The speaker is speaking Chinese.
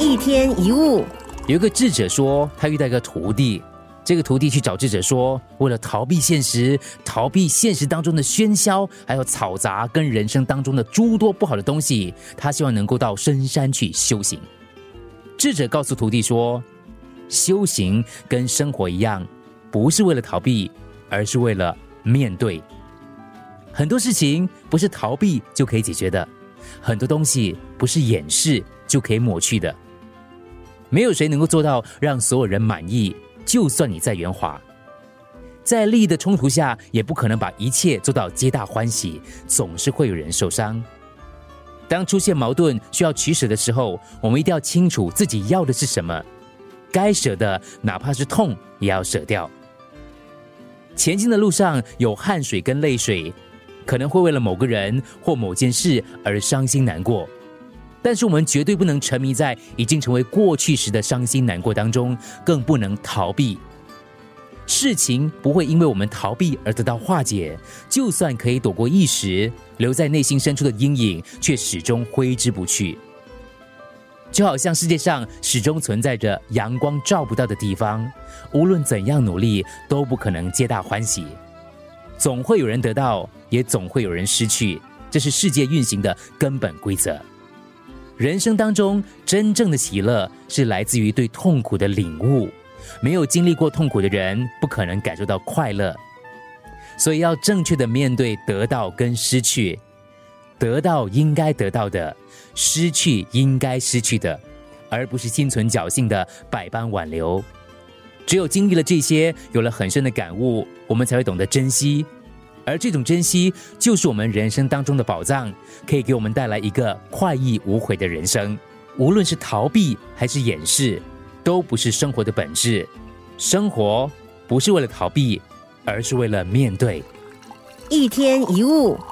一天一物。 有一个智者说，他遇到一个徒弟，这个徒弟去找智者说，为了逃避现实当中的喧嚣，还有嘈杂跟人生当中的诸多不好的东西，他希望能够到深山去修行。智者告诉徒弟说，修行跟生活一样，不是为了逃避，而是为了面对。很多事情不是逃避就可以解决的，很多东西不是掩饰就可以抹去的。没有谁能够做到让所有人满意，就算你再圆滑，在利益的冲突下，也不可能把一切做到皆大欢喜，总是会有人受伤。当出现矛盾需要取舍的时候，我们一定要清楚自己要的是什么，该舍的哪怕是痛也要舍掉。前进的路上有汗水跟泪水，可能会为了某个人或某件事而伤心难过，但是我们绝对不能沉迷在已经成为过去时的伤心难过当中，更不能逃避。事情不会因为我们逃避而得到化解，就算可以躲过一时，留在内心深处的阴影却始终挥之不去。就好像世界上始终存在着阳光照不到的地方，无论怎样努力都不可能皆大欢喜，总会有人得到，也总会有人失去，这是世界运行的根本规则。人生当中真正的喜乐是来自于对痛苦的领悟，没有经历过痛苦的人不可能感受到快乐。所以要正确的面对得到跟失去，得到应该得到的，失去应该失去的，而不是心存侥幸的百般挽留。只有经历了这些，有了很深的感悟，我们才会懂得珍惜，而这种珍惜就是我们人生当中的宝藏，可以给我们带来一个快意无悔的人生。无论是逃避还是掩饰，都不是生活的本质。生活不是为了逃避，而是为了面对。 一天一物。